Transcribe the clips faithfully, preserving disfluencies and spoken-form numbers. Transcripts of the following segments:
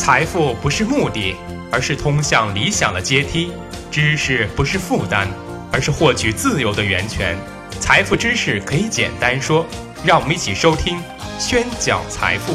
财富不是目的，而是通向理想的阶梯；知识不是负担，而是获取自由的源泉。财富知识可以简单说，让我们一起收听宣讲财富。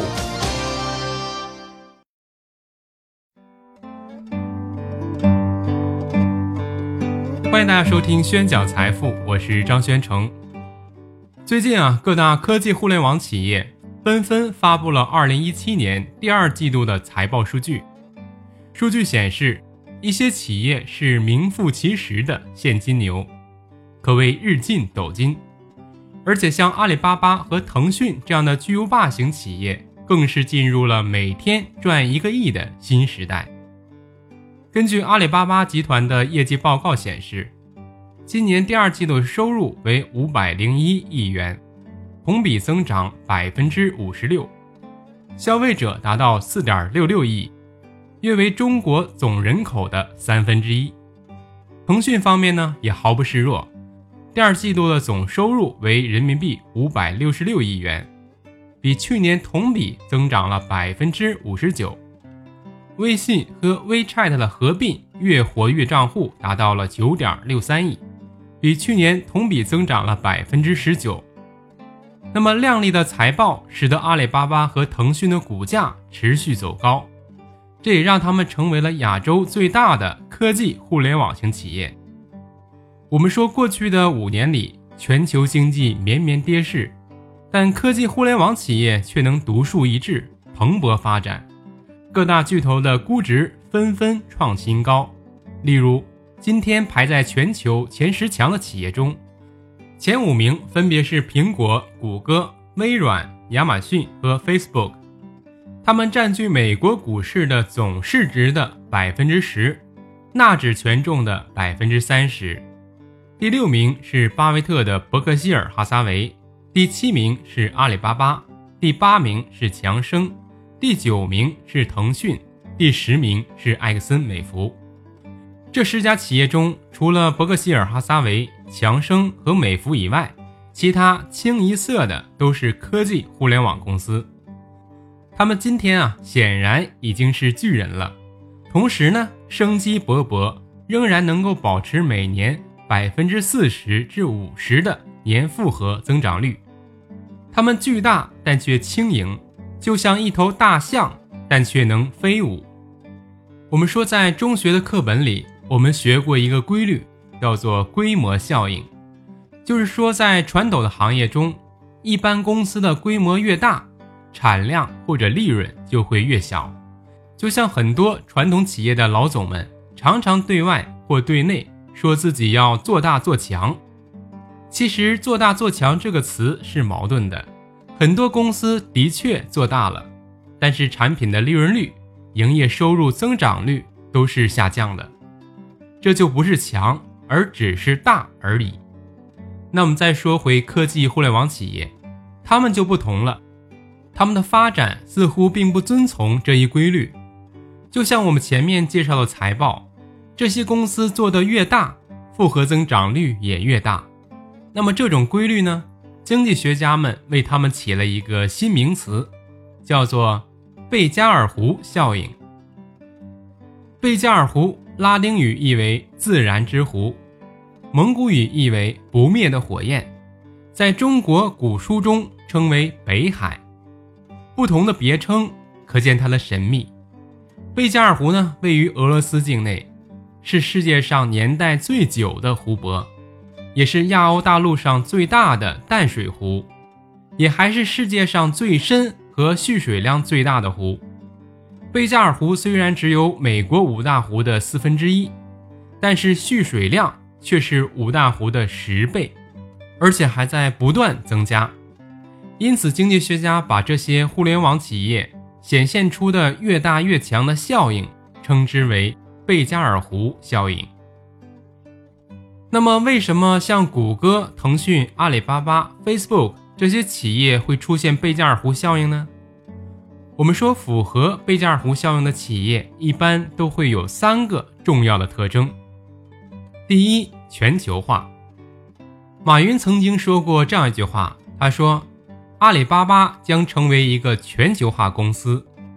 欢迎大家收听宣讲财富，我是张宣成。最近啊，各大科技互联网企业纷纷发布了二零一七年第二季度的财报数据。数据显示，一些企业是名副其实的现金流，可谓日进斗金。而且像阿里巴巴和腾讯这样的巨无霸型企业，更是进入了每天赚一个亿的新时代。根据阿里巴巴集团的业绩报告显示，今年第二季度收入为五百零一亿元，同比增长 百分之五十六， 消费者达到 四点六六亿，约为中国总人口的三分之一。腾讯方面呢，也毫不示弱，第二季度的总收入为人民币五百六十六亿元，比去年同比增长了 百分之五十九。 微信和 WeChat 的合并月活跃账户达到了 九点六三亿，比去年同比增长了 百分之十九。那么亮丽的财报使得阿里巴巴和腾讯的股价持续走高，这也让他们成为了亚洲最大的科技互联网型企业。我们说过去的五年里，全球经济绵绵跌势，但科技互联网企业却能独树一帜，蓬勃发展。各大巨头的估值纷纷创新高。例如，今天排在全球前十强的企业中，前五名分别是苹果、谷歌、微软、亚马逊和 Facebook， 他们占据美国股市的总市值的 百分之十， 纳指权重的 百分之三十。 第六名是巴菲特的伯克希尔哈撒韦，第七名是阿里巴巴，第八名是强生，第九名是腾讯，第十名是埃克森美孚。这十家企业中，除了伯克希尔哈撒韦、强生和美孚以外，其他清一色的都是科技互联网公司。他们今天啊，显然已经是巨人了，同时呢，生机勃勃，仍然能够保持每年 百分之四十至五十 的年复合增长率。他们巨大但却轻盈，就像一头大象，但却能飞舞。我们说在中学的课本里，我们学过一个规律，叫做规模效应。就是说在传统的行业中，一般公司的规模越大，产量或者利润就会越小。就像很多传统企业的老总们常常对外或对内说自己要做大做强。其实做大做强这个词是矛盾的，很多公司的确做大了，但是产品的利润率、营业收入增长率都是下降的，这就不是强，而只是大而已。那我们再说回科技互联网企业，他们就不同了，他们的发展似乎并不遵从这一规律。就像我们前面介绍的财报，这些公司做得越大，复合增长率也越大。那么这种规律呢，经济学家们为他们起了一个新名词，叫做贝加尔湖效应。贝加尔湖拉丁语意为自然之湖，蒙古语意为不灭的火焰，在中国古书中称为北海。不同的别称可见它的神秘。贝加尔湖呢，位于俄罗斯境内，是世界上年代最久的湖泊，也是亚欧大陆上最大的淡水湖，也还是世界上最深和蓄水量最大的湖。贝加尔湖虽然只有美国五大湖的四分之一，但是蓄水量却是五大湖的十倍，而且还在不断增加。因此经济学家把这些互联网企业显现出的越大越强的效应称之为贝加尔湖效应。那么为什么像谷歌、腾讯、阿里巴巴、Facebook 这些企业会出现贝加尔湖效应呢？我们说符合贝加尔湖效应的企业一般都会有三个重要的特征。第一，全球化。马云曾经说过这样一句话，他说阿里巴巴将成为一个全球化公司，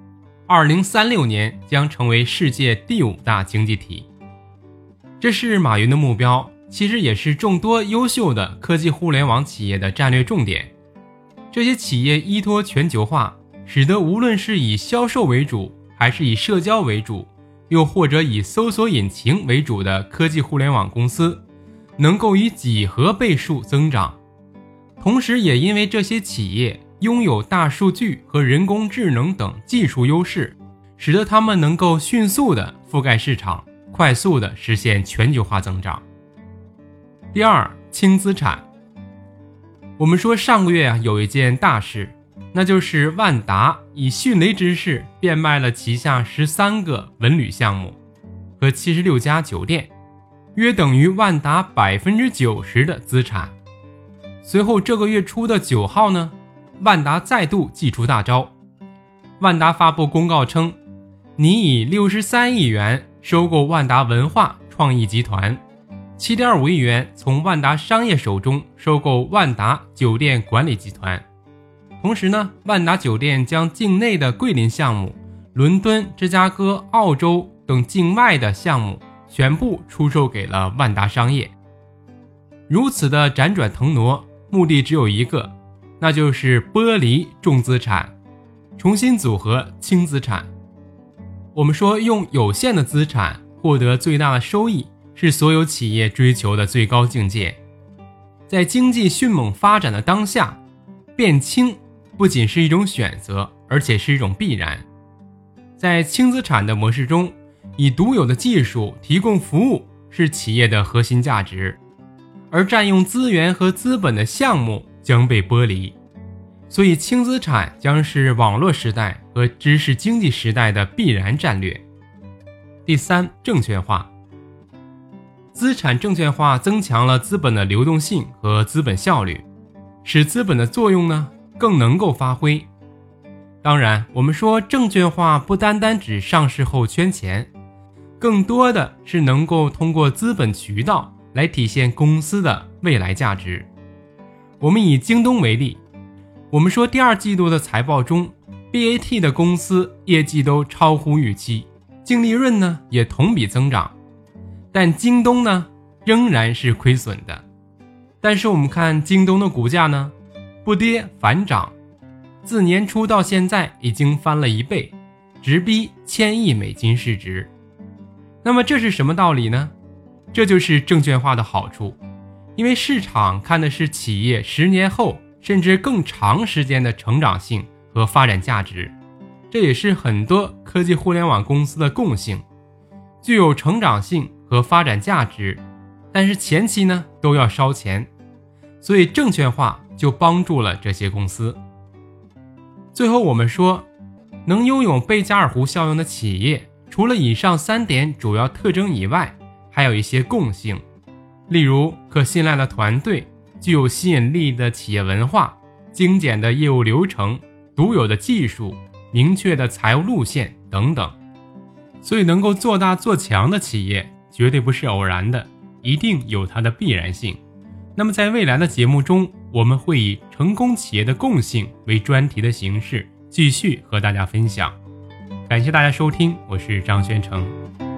二零三六年将成为世界第五大经济体。这是马云的目标，其实也是众多优秀的科技互联网企业的战略重点。这些企业依托全球化，使得无论是以销售为主，还是以社交为主，又或者以搜索引擎为主的科技互联网公司，能够以几何倍数增长。同时也因为这些企业拥有大数据和人工智能等技术优势，使得他们能够迅速地覆盖市场，快速地实现全球化增长。第二，轻资产。我们说上个月啊有一件大事，那就是万达以迅雷之势变卖了旗下十三个文旅项目和七十六家酒店，约等于万达 百分之九十 的资产。随后这个月初的九号呢，万达再度祭出大招。万达发布公告称，拟以六十三亿元收购万达文化创意集团， 七点五亿元从万达商业手中收购万达酒店管理集团。同时呢，万达酒店将境内的桂林项目、伦敦、芝加哥、澳洲等境外的项目全部出售给了万达商业。如此的辗转腾挪，目的只有一个，那就是剥离重资产，重新组合轻资产。我们说用有限的资产获得最大的收益，是所有企业追求的最高境界。在经济迅猛发展的当下，变轻不仅是一种选择，而且是一种必然。在轻资产的模式中，以独有的技术提供服务是企业的核心价值，而占用资源和资本的项目将被剥离。所以轻资产将是网络时代和知识经济时代的必然战略。第三，证券化。资产证券化增强了资本的流动性和资本效率，使资本的作用呢更能够发挥。当然，我们说证券化不单单指上市后圈钱，更多的是能够通过资本渠道来体现公司的未来价值。我们以京东为例，我们说第二季度的财报中 B A T 的公司业绩都超乎预期，净利润呢也同比增长，但京东呢仍然是亏损的。但是我们看京东的股价呢不跌反涨，自年初到现在已经翻了一倍，直逼千亿美金市值。那么这是什么道理呢？这就是证券化的好处，因为市场看的是企业十年后甚至更长时间的成长性和发展价值，这也是很多科技互联网公司的共性，具有成长性和发展价值，但是前期呢都要烧钱，所以证券化就帮助了这些公司。最后我们说，能拥有贝加尔湖效应的企业，除了以上三点主要特征以外，还有一些共性，例如可信赖的团队，具有吸引力的企业文化，精简的业务流程，独有的技术，明确的财务路线等等。所以能够做大做强的企业绝对不是偶然的，一定有它的必然性。那么在未来的节目中，我们会以成功企业的共性为专题的形式继续和大家分享。感谢大家收听，我是张宣成。